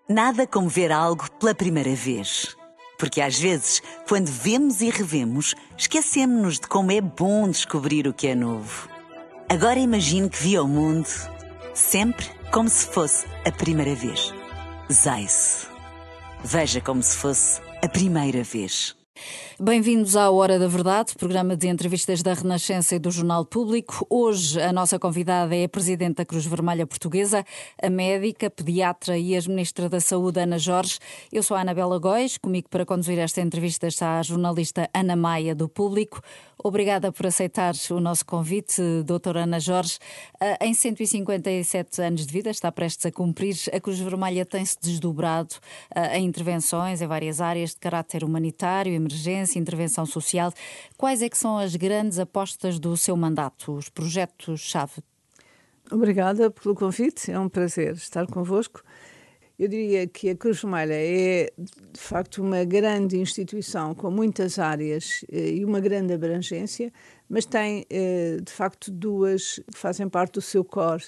Nada como ver algo pela primeira vez. Porque às vezes, quando vemos e revemos, esquecemos-nos de como é bom descobrir o que é novo. Agora imagine que viu o mundo sempre como se fosse a primeira vez. Zais. Veja como se fosse a primeira vez. Bem-vindos à Hora da Verdade, programa de entrevistas da Renascença e do Jornal Público. Hoje a nossa convidada é a Presidente da Cruz Vermelha Portuguesa, a médica, pediatra e ex-ministra da Saúde, Ana Jorge. Eu sou a Anabela Góis, comigo para conduzir esta entrevista está a jornalista Ana Maia, do Público. Obrigada por aceitar o nosso convite, doutora Ana Jorge. Em 157 anos de vida, está prestes a cumprir, a Cruz Vermelha tem-se desdobrado em intervenções em várias áreas de caráter humanitário, emergência, intervenção social. Quais é que são as grandes apostas do seu mandato, os projetos-chave? Obrigada pelo convite, é um prazer estar convosco. Eu diria que a Cruz Vermelha é, de facto, uma grande instituição com muitas áreas e uma grande abrangência, mas tem, de facto, duas que fazem parte do seu core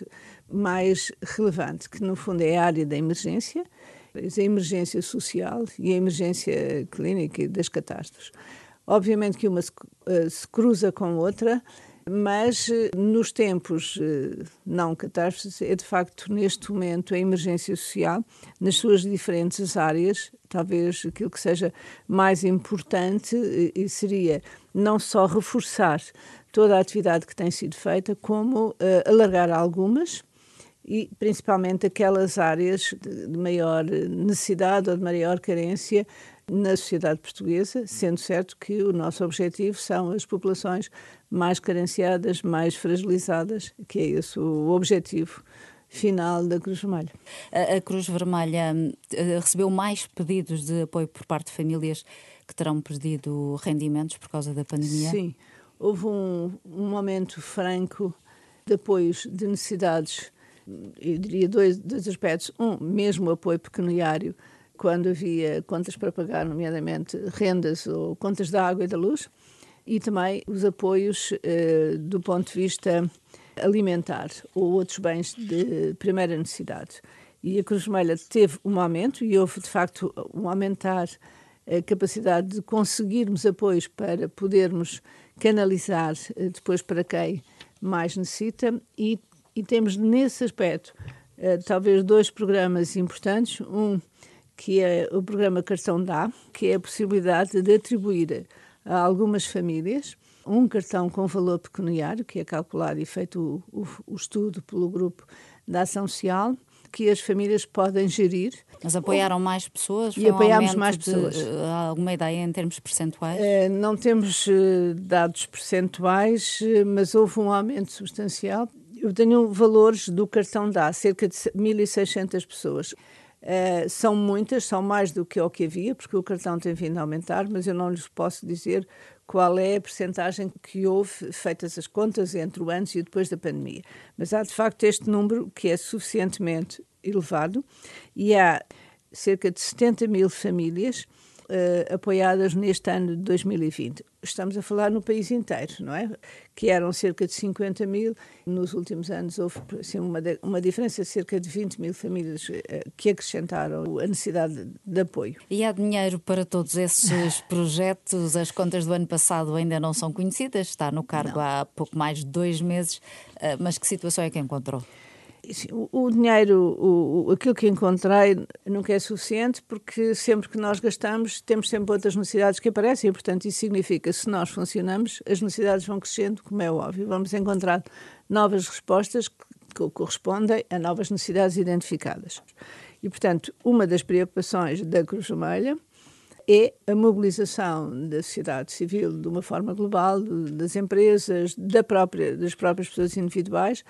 mais relevante, que, no fundo, é a área da emergência, a emergência social e a emergência clínica e das catástrofes. Obviamente que uma se cruza com outra, mas nos tempos não catástrofes é de facto neste momento a emergência social nas suas diferentes áreas, talvez aquilo que seja mais importante e seria não só reforçar toda a atividade que tem sido feita, como alargar algumas e principalmente aquelas áreas de maior necessidade ou de maior carência na sociedade portuguesa, sendo certo que o nosso objetivo são as populações mais carenciadas, mais fragilizadas, que é esse o objetivo final da Cruz Vermelha. A Cruz Vermelha recebeu mais pedidos de apoio por parte de famílias que terão perdido rendimentos por causa da pandemia? Sim, houve um aumento franco de apoios de necessidades, eu diria dois aspectos. Mesmo o apoio pecuniário, quando havia contas para pagar, nomeadamente rendas ou contas da água e da luz, e também os apoios do ponto de vista alimentar ou outros bens de primeira necessidade. E a Cruz Vermelha teve um aumento e houve, de facto, um aumentar a capacidade de conseguirmos apoios para podermos canalizar depois para quem mais necessita e temos nesse aspecto talvez dois programas importantes, que é o programa Cartão Dá, que é a possibilidade de atribuir a algumas famílias um cartão com valor pecuniário, que é calculado e feito o estudo pelo grupo da Ação Social, que as famílias podem gerir. Mas apoiaram mais pessoas? E apoiámos mais pessoas. Alguma ideia em termos percentuais? Não temos dados percentuais, mas houve um aumento substancial. Eu tenho valores do Cartão Dá, cerca de 1.600 pessoas. São muitas, são mais do que o que havia, porque o cartão tem vindo a aumentar, mas eu não lhes posso dizer qual é a percentagem que houve, feitas as contas, entre o antes e o depois da pandemia. Mas há, de facto, este número que é suficientemente elevado e há cerca de 70 mil famílias apoiadas neste ano de 2020. Estamos a falar no país inteiro, não é? Que eram cerca de 50 mil. Nos últimos anos houve assim, uma diferença de cerca de 20 mil famílias que acrescentaram a necessidade de apoio. E há dinheiro para todos esses projetos? As contas do ano passado ainda não são conhecidas, está no cargo há pouco mais de 2 meses, mas que situação é que encontrou? O dinheiro, aquilo que encontrei nunca é suficiente, porque sempre que nós gastamos temos sempre outras necessidades que aparecem e, portanto, isso significa que se nós funcionamos, as necessidades vão crescendo, como é óbvio. Vamos encontrar novas respostas que correspondem a novas necessidades identificadas. E, portanto, uma das preocupações da Cruz Vermelha é a mobilização da sociedade civil de uma forma global, das empresas, das próprias pessoas individuais,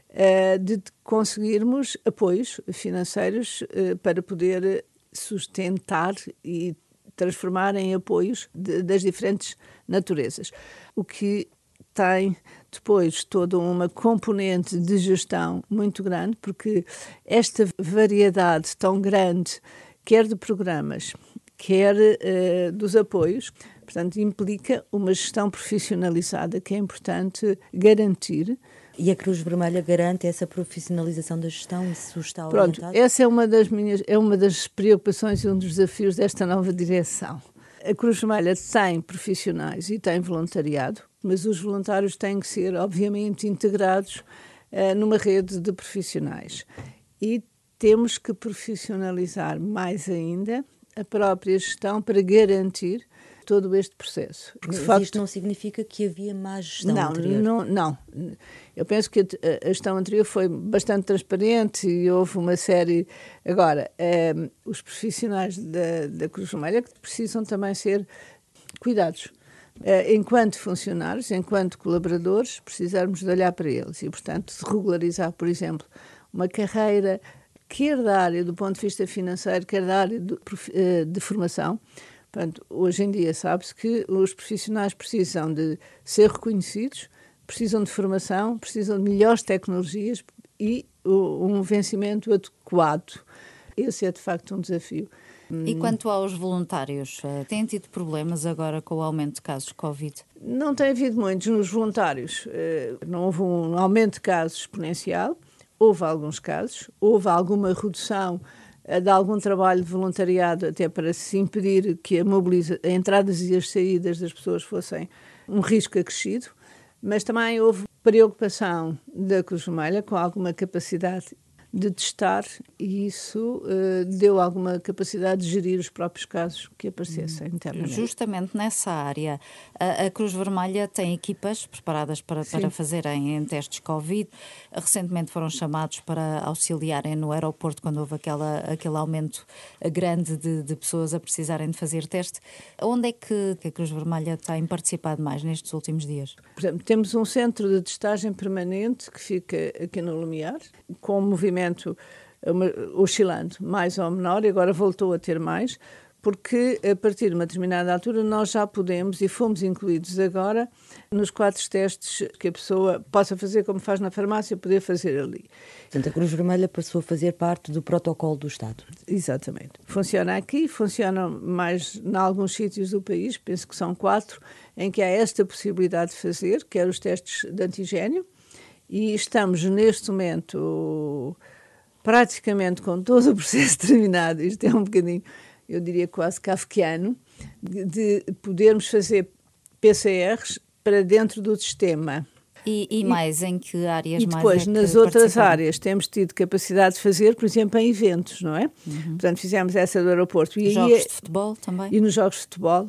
de conseguirmos apoios financeiros para poder sustentar e transformar em apoios das diferentes naturezas. O que tem depois toda uma componente de gestão muito grande, porque esta variedade tão grande, quer de programas, quer dos apoios, portanto, implica uma gestão profissionalizada que é importante garantir E a Cruz Vermelha garante essa profissionalização da gestão? Isso está Pronto, orientado? essa é uma das preocupações e um dos desafios desta nova direção. A Cruz Vermelha tem profissionais e tem voluntariado, mas os voluntários têm que ser, obviamente, integrados numa rede de profissionais. E temos que profissionalizar mais ainda a própria gestão para garantir todo este processo. Porque de facto, isto não significa que havia má gestão anterior? Não. Eu penso que a gestão anterior foi bastante transparente e houve uma série... Agora, os profissionais da Cruz Vermelha que precisam também ser cuidados. Enquanto funcionários, enquanto colaboradores, precisamos de olhar para eles e, portanto, de regularizar, por exemplo, uma carreira, quer da área do ponto de vista financeiro, quer da área de formação. Portanto, hoje em dia sabe-se que os profissionais precisam de ser reconhecidos, precisam de formação, precisam de melhores tecnologias e um vencimento adequado. Esse é, de facto, um desafio. E quanto aos voluntários, têm tido problemas agora com o aumento de casos de Covid? Não tem havido muitos nos voluntários. Não houve um aumento de casos exponencial. Houve alguns casos. Houve alguma redução de algum trabalho de voluntariado até para se impedir que as entradas e as saídas das pessoas fossem um risco acrescido, mas também houve preocupação da Cruz Vermelha com alguma capacidade de testar e isso deu alguma capacidade de gerir os próprios casos que aparecessem internamente. Justamente nessa área, a Cruz Vermelha tem equipas preparadas para fazerem testes Covid. Recentemente foram chamados para auxiliarem no aeroporto quando houve aquele aumento grande de pessoas a precisarem de fazer teste. Onde é que a Cruz Vermelha tem participado mais nestes últimos dias? Por exemplo, temos um centro de testagem permanente que fica aqui no Lumiar, com um movimento oscilando mais ou menor, e agora voltou a ter mais, porque a partir de uma determinada altura nós já podemos, e fomos incluídos agora, nos 4 testes que a pessoa possa fazer como faz na farmácia, poder fazer ali. Portanto, a Cruz Vermelha passou a fazer parte do protocolo do Estado. Exatamente. Funciona aqui, funciona mais em alguns sítios do país, penso que são 4, em que há esta possibilidade de fazer, que eram os testes de antigénio, e estamos neste momento praticamente com todo o processo terminado. Isto é um bocadinho, eu diria quase kafkiano, de podermos fazer PCRs para dentro do sistema. E mais em que áreas mais? E depois, nas outras áreas, temos tido capacidade de fazer, por exemplo, em eventos, não é? Portanto, fizemos essa do aeroporto. E jogos de futebol também? E nos jogos de futebol.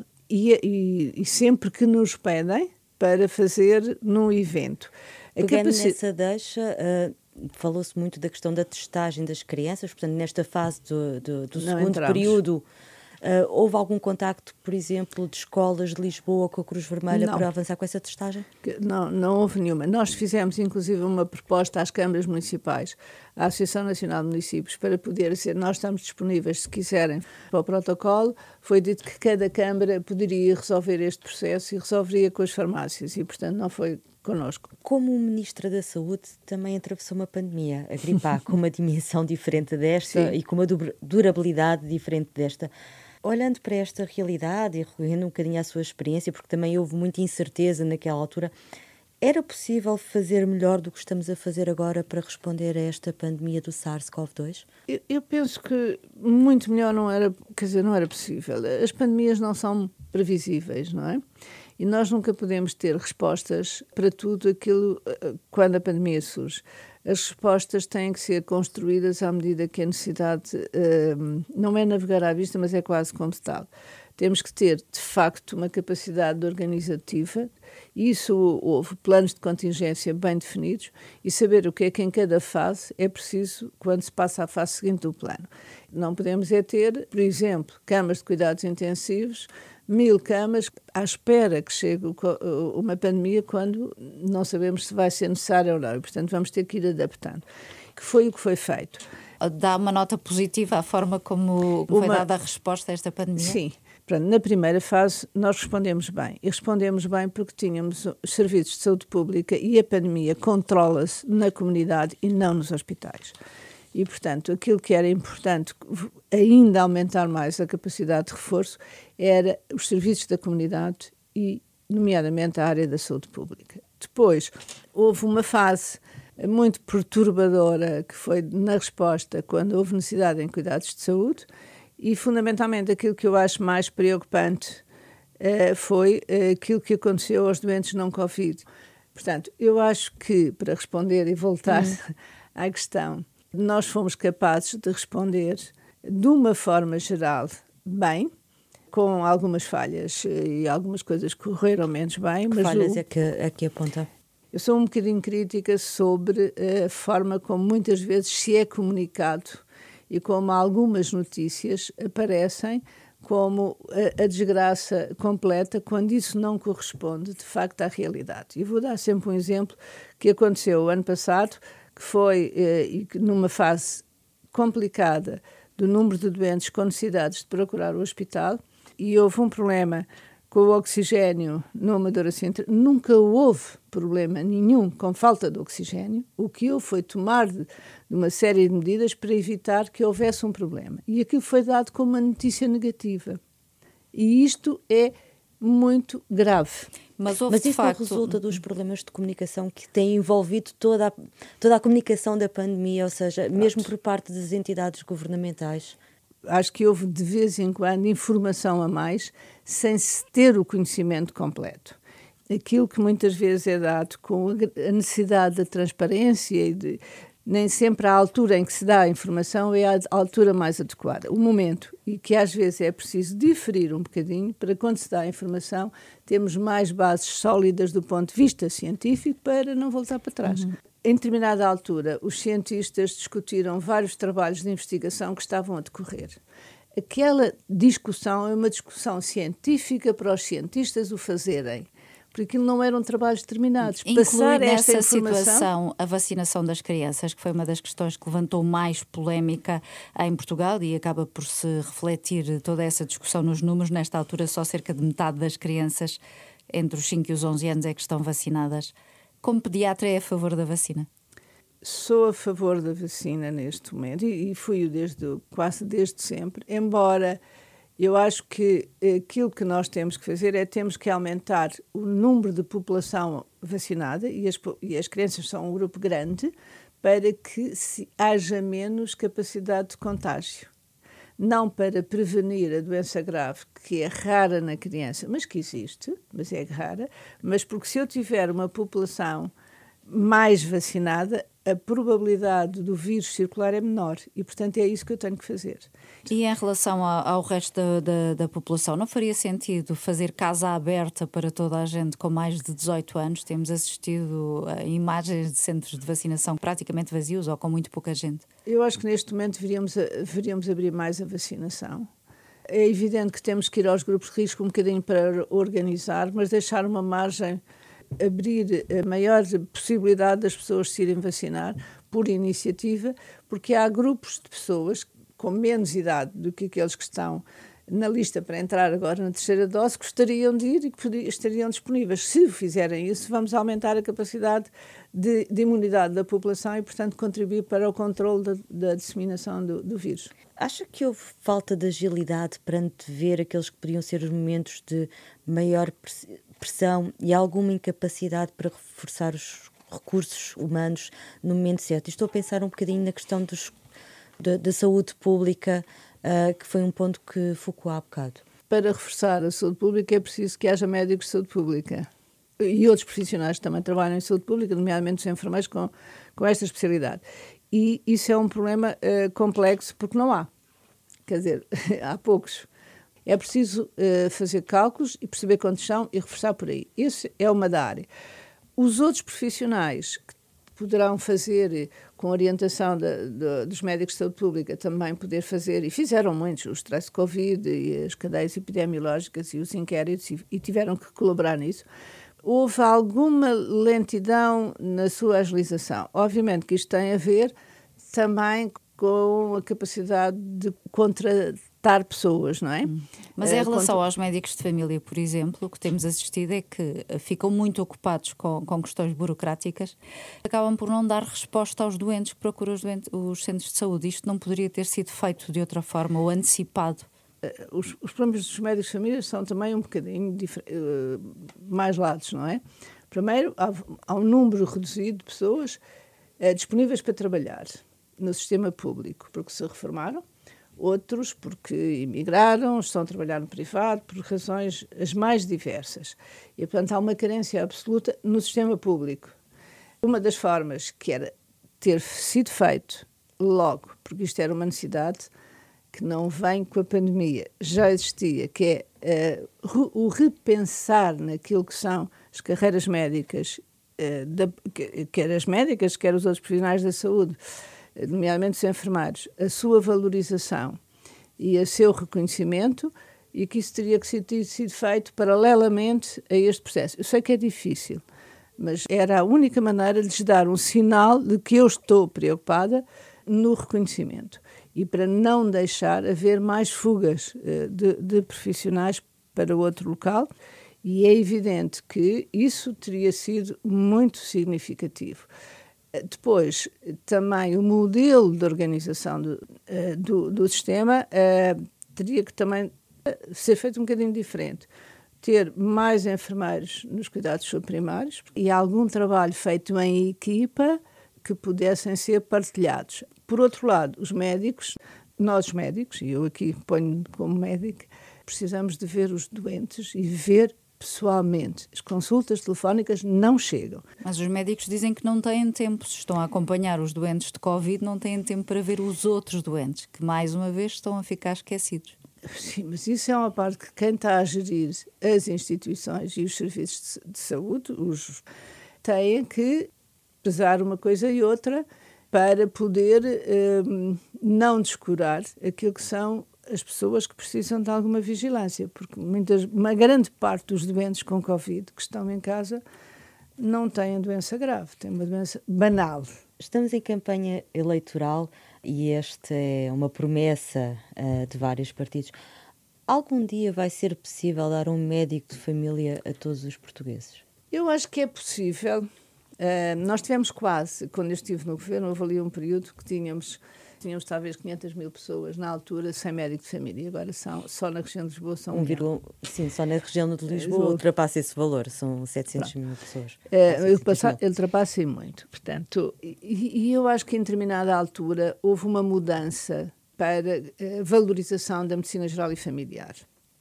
E sempre que nos pedem para fazer num evento. Pegando nessa deixa, falou-se muito da questão da testagem das crianças, portanto, nesta fase do segundo período, houve algum contacto, por exemplo, de escolas de Lisboa com a Cruz Vermelha para avançar com essa testagem? Não houve nenhuma. Nós fizemos, inclusive, uma proposta às câmaras municipais, à Associação Nacional de Municípios, para poder ser, nós estamos disponíveis, se quiserem, para o protocolo. Foi dito que cada câmara poderia resolver este processo e resolveria com as farmácias e, portanto, não foi connosco. Como Ministra da Saúde, também atravessou uma pandemia, a gripe A, com uma dimensão diferente desta e com uma durabilidade diferente desta. Olhando para esta realidade e recorrendo um bocadinho à sua experiência, porque também houve muita incerteza naquela altura, era possível fazer melhor do que estamos a fazer agora para responder a esta pandemia do SARS-CoV-2? Eu penso que muito melhor não era possível. As pandemias não são previsíveis, não é? E nós nunca podemos ter respostas para tudo aquilo quando a pandemia surge. As respostas têm que ser construídas à medida que a necessidade não é navegar à vista, mas é quase como tal. Temos que ter, de facto, uma capacidade organizativa, e isso houve planos de contingência bem definidos, e saber o que é que em cada fase é preciso quando se passa à fase seguinte do plano. Não podemos ter, por exemplo, camas de cuidados intensivos, 1000 camas à espera que chegue uma pandemia quando não sabemos se vai ser necessário ou não. E, portanto, vamos ter que ir adaptando. Que foi o que foi feito. Dá uma nota positiva à forma como foi dada a resposta a esta pandemia? Sim. Portanto, na primeira fase, nós respondemos bem. E respondemos bem porque tínhamos os serviços de saúde pública e a pandemia controla-se na comunidade e não nos hospitais. E, portanto, aquilo que era importante ainda aumentar mais a capacidade de reforço era os serviços da comunidade e, nomeadamente, a área da saúde pública. Depois, houve uma fase muito perturbadora que foi na resposta quando houve necessidade em cuidados de saúde e, fundamentalmente, aquilo que eu acho mais preocupante foi aquilo que aconteceu aos doentes não Covid. Portanto, eu acho que, para responder e voltar à questão, nós fomos capazes de responder de uma forma geral bem, com algumas falhas e algumas coisas correram menos bem. Que mas falhas é que aponta? Eu sou um bocadinho crítica sobre a forma como muitas vezes se é comunicado e como algumas notícias aparecem como a desgraça completa, quando isso não corresponde, de facto, à realidade. E vou dar sempre um exemplo que aconteceu o ano passado, que foi numa fase complicada do número de doentes com necessidades de procurar o hospital, e houve um problema com o oxigênio no Amadora Centro. Nunca houve problema nenhum com falta de oxigênio. O que houve foi tomar de uma série de medidas para evitar que houvesse um problema. E aquilo foi dado como uma notícia negativa. E isto é muito grave. Mas isso facto... não resulta dos problemas de comunicação que têm envolvido toda a comunicação da pandemia, ou seja, mesmo por parte das entidades governamentais? Acho que houve, de vez em quando, informação a mais, sem se ter o conhecimento completo. Aquilo que muitas vezes é dado com a necessidade da transparência e nem sempre a altura em que se dá a informação é a altura mais adequada. O momento, e que às vezes é preciso diferir um bocadinho, para quando se dá a informação, temos mais bases sólidas do ponto de vista científico para não voltar para trás. Em determinada altura, os cientistas discutiram vários trabalhos de investigação que estavam a decorrer. Aquela discussão é uma discussão científica para os cientistas o fazerem, porque aquilo não eram trabalhos terminados. Inclui nessa situação a vacinação das crianças, que foi uma das questões que levantou mais polémica em Portugal e acaba por se refletir toda essa discussão nos números. Nesta altura, só cerca de metade das crianças entre os 5 e os 11 anos é que estão vacinadas. Como pediatra, é a favor da vacina? Sou a favor da vacina neste momento e fui quase desde sempre, embora eu acho que aquilo que nós temos que fazer temos que aumentar o número de população vacinada e as crianças são um grupo grande para que haja menos capacidade de contágio. Não para prevenir a doença grave, que é rara na criança, mas que existe, mas é rara, mas porque se eu tiver uma população mais vacinada, a probabilidade do vírus circular é menor e, portanto, é isso que eu tenho que fazer. E em relação ao resto da população, não faria sentido fazer casa aberta para toda a gente com mais de 18 anos? Temos assistido a imagens de centros de vacinação praticamente vazios ou com muito pouca gente. Eu acho que neste momento deveríamos abrir mais a vacinação. É evidente que temos que ir aos grupos de risco um bocadinho para organizar, mas deixar uma margem, abrir a maior possibilidade das pessoas se irem vacinar por iniciativa, porque há grupos de pessoas com menos idade do que aqueles que estão na lista para entrar agora na terceira dose, gostariam de ir e que estariam disponíveis. Se fizerem isso, vamos aumentar a capacidade de imunidade da população e, portanto, contribuir para o controle da disseminação do vírus. Acha que houve falta de agilidade para antever aqueles que podiam ser os momentos de maior pressão e alguma incapacidade para reforçar os recursos humanos no momento certo? Estou a pensar um bocadinho na questão da saúde pública, que foi um ponto que focou há bocado. Para reforçar a saúde pública é preciso que haja médicos de saúde pública e outros profissionais que também trabalham em saúde pública, nomeadamente os enfermeiros com esta especialidade. E isso é um problema complexo porque não há. Quer dizer, há poucos. É preciso fazer cálculos e perceber quantos são e reforçar por aí. Isso é uma da área. Os outros profissionais que poderão fazer, com orientação dos médicos de saúde pública, também poder fazer, e fizeram muitos, o stress Covid e as cadeias epidemiológicas e os inquéritos, e tiveram que colaborar nisso. Houve alguma lentidão na sua agilização. Obviamente que isto tem a ver também com a capacidade de contratar pessoas, não é? Mas em relação aos médicos de família, por exemplo, o que temos assistido é que ficam muito ocupados com questões burocráticas, acabam por não dar resposta aos doentes que procuram os centros de saúde. Isto não poderia ter sido feito de outra forma ou antecipado? Os problemas dos médicos de família são também um bocadinho mais lados, não é? Primeiro, há um número reduzido de pessoas disponíveis para trabalhar no sistema público, porque se reformaram, outros porque emigraram, estão a trabalhar no privado, por razões as mais diversas. E, portanto, há uma carência absoluta no sistema público. Uma das formas que era ter sido feito logo, porque isto era uma necessidade que não vem com a pandemia, já existia, que é o repensar naquilo que são as carreiras médicas, quer as médicas, quer os outros profissionais da saúde, nomeadamente os enfermeiros, a sua valorização e o seu reconhecimento, e que isso teria que ter sido feito paralelamente a este processo. Eu sei que é difícil, mas era a única maneira de lhes dar um sinal de que eu estou preocupada no reconhecimento e para não deixar haver mais fugas de profissionais para outro local, e é evidente que isso teria sido muito significativo. Depois, também o modelo de organização do sistema teria que também ser feito um bocadinho diferente. Ter mais enfermeiros nos cuidados subprimários e algum trabalho feito em equipa que pudessem ser partilhados. Por outro lado, os médicos, nós médicos, e eu aqui ponho como médico, precisamos de ver os doentes e ver pessoalmente. As consultas telefónicas não chegam. Mas os médicos dizem que não têm tempo. Se estão a acompanhar os doentes de Covid, não têm tempo para ver os outros doentes, que mais uma vez estão a ficar esquecidos. Sim, mas isso é uma parte que quem está a gerir as instituições e os serviços de saúde têm que pesar uma coisa e outra para poder não descurar aquilo que são as pessoas que precisam de alguma vigilância, porque uma grande parte dos doentes com Covid que estão em casa não têm doença grave, têm uma doença banal. Estamos em campanha eleitoral e esta é uma promessa de vários partidos. Algum dia vai ser possível dar um médico de família a todos os portugueses? Eu acho que é possível. Nós tivemos quase, quando eu estive no governo, houve ali um período que tínhamos talvez 500 mil pessoas na altura sem médico de família. Agora só na região de Lisboa são 1 milhão. Sim, só na região de Lisboa ultrapassa esse valor, são 700 mil pessoas. Ultrapassa muito. Portanto, e eu acho que em determinada altura houve uma mudança para a valorização da medicina geral e familiar.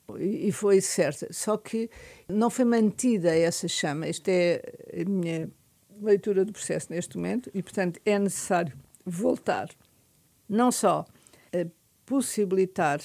E foi certa. Só que não foi mantida essa chama. Esta é a minha leitura do processo neste momento e, portanto, é necessário voltar não só a possibilitar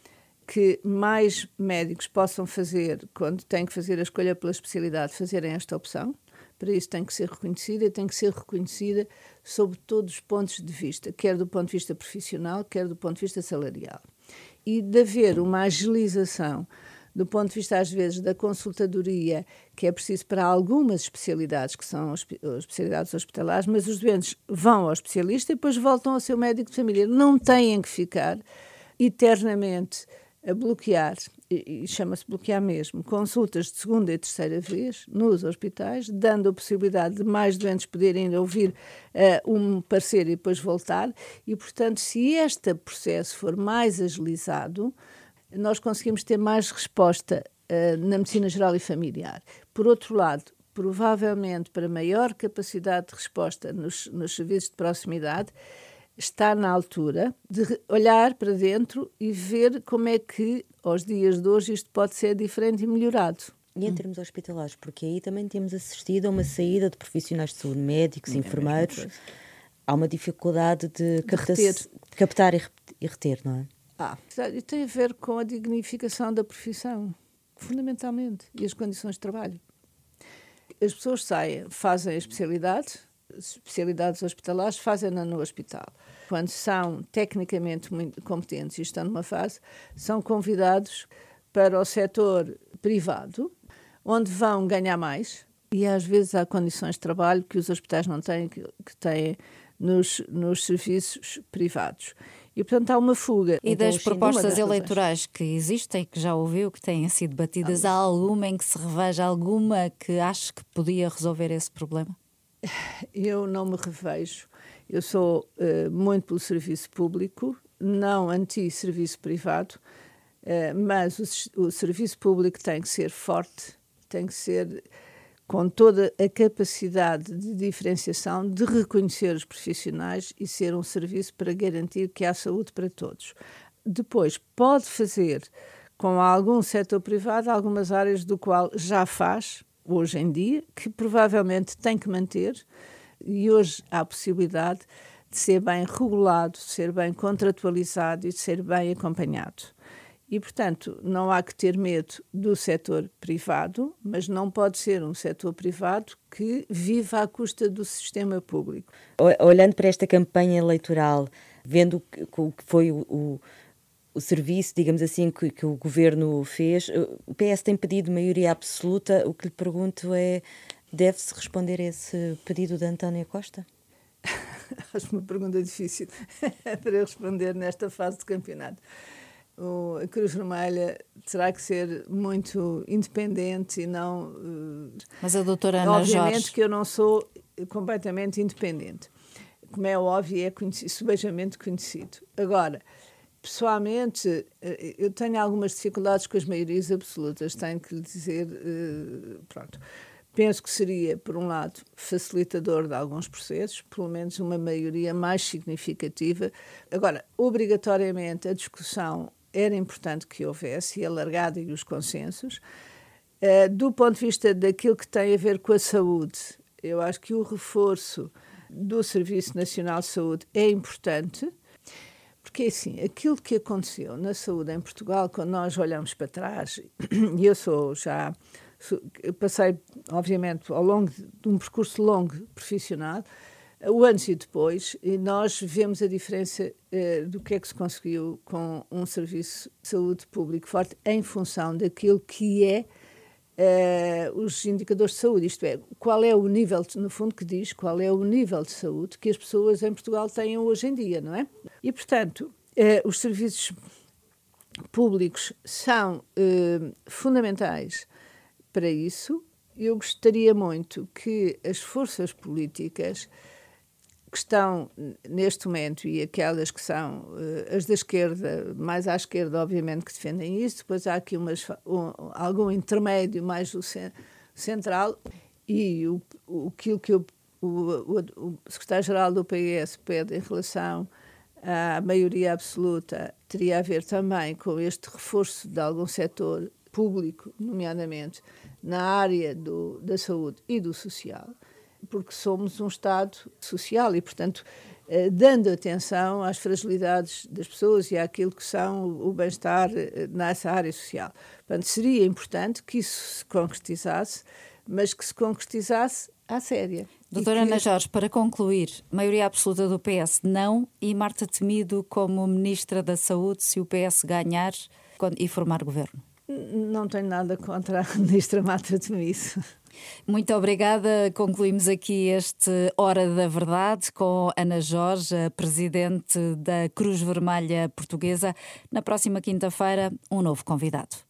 que mais médicos possam fazer, quando têm que fazer a escolha pela especialidade, fazerem esta opção. Para isso tem que ser reconhecida e tem que ser reconhecida sob todos os pontos de vista, quer do ponto de vista profissional, quer do ponto de vista salarial. E de haver uma agilização do ponto de vista, às vezes, da consultadoria, que é preciso para algumas especialidades, que são as especialidades hospitalares, mas os doentes vão ao especialista e depois voltam ao seu médico de família. Não têm que ficar eternamente a bloquear, e chama-se bloquear mesmo, consultas de segunda e terceira vez nos hospitais, dando a possibilidade de mais doentes poderem ouvir um parecer e depois voltar. E, portanto, se este processo for mais agilizado, nós conseguimos ter mais resposta na medicina geral e familiar. Por outro lado, provavelmente para maior capacidade de resposta nos serviços de proximidade, está na altura de olhar para dentro e ver como é que, aos dias de hoje, isto pode ser diferente e melhorado. E em termos hospitalares, porque aí também temos assistido a uma saída de profissionais de saúde, médicos, enfermeiros. Há uma dificuldade de captar e reter, não é? E tem a ver com a dignificação da profissão, fundamentalmente, e as condições de trabalho. As pessoas saem, fazem a especialidades hospitalares, fazem-na no hospital. Quando são tecnicamente muito competentes e estão numa fase, são convidados para o setor privado, onde vão ganhar mais, e às vezes há condições de trabalho que os hospitais não têm, que têm nos serviços privados. E, portanto, há uma fuga. E das propostas eleitorais que existem, que já ouviu, que têm sido batidas, há alguma em que se reveja, alguma que ache que podia resolver esse problema? Eu não me revejo. Eu sou muito pelo serviço público, não anti-serviço privado, mas o serviço público tem que ser forte, tem que ser com toda a capacidade de diferenciação, de reconhecer os profissionais e ser um serviço para garantir que há saúde para todos. Depois, pode fazer com algum setor privado algumas áreas do qual já faz, hoje em dia, que provavelmente tem que manter, e hoje há a possibilidade de ser bem regulado, de ser bem contratualizado e de ser bem acompanhado. E, portanto, não há que ter medo do setor privado, mas não pode ser um setor privado que viva à custa do sistema público. Olhando para esta campanha eleitoral, vendo o que foi o serviço, digamos assim, que o governo fez, o PS tem pedido maioria absoluta. O que lhe pergunto é, deve-se responder a esse pedido de António Costa? Acho uma pergunta difícil para responder nesta fase de campeonato. A Cruz Vermelha terá que ser muito independente e não... Mas a doutora Ana Jorge... Obviamente que eu não sou completamente independente. Como é óbvio, é subejamente conhecido. Agora, pessoalmente, eu tenho algumas dificuldades com as maiorias absolutas, tenho que lhe dizer... Pronto. Penso que seria, por um lado, facilitador de alguns processos, pelo menos uma maioria mais significativa. Agora, obrigatoriamente, a discussão era importante que houvesse, e alargada, e os consensos. Do ponto de vista daquilo que tem a ver com a saúde, eu acho que o reforço do Serviço Nacional de Saúde é importante, porque, assim, aquilo que aconteceu na saúde em Portugal, quando nós olhamos para trás, e eu passei, obviamente, ao longo de um percurso longo profissional, o antes e depois, e nós vemos a diferença do que é que se conseguiu com um serviço de saúde público forte em função daquilo que é os indicadores de saúde, isto é, qual é o nível, no fundo, que diz qual é o nível de saúde que as pessoas em Portugal têm hoje em dia, não é? E, portanto, os serviços públicos são fundamentais para isso. Eu gostaria muito que as forças políticas que estão neste momento e aquelas que são as da esquerda, mais à esquerda, obviamente, que defendem isso, depois há aqui algum intermédio mais do central, e aquilo que o secretário-geral do PS pede em relação à maioria absoluta teria a ver também com este reforço de algum setor público, nomeadamente na área da saúde e do social, porque somos um Estado social e, portanto, dando atenção às fragilidades das pessoas e àquilo que são o bem-estar nessa área social. Portanto, seria importante que isso se concretizasse, mas que se concretizasse à séria. Doutora Ana Jorge, para concluir, maioria absoluta do PS não, e Marta Temido como Ministra da Saúde se o PS ganhar e formar governo. Não tenho nada contra a Ministra Marta Temido. Muito obrigada. Concluímos aqui este Hora da Verdade com Ana Jorge, a Presidente da Cruz Vermelha Portuguesa. Na próxima quinta-feira, um novo convidado.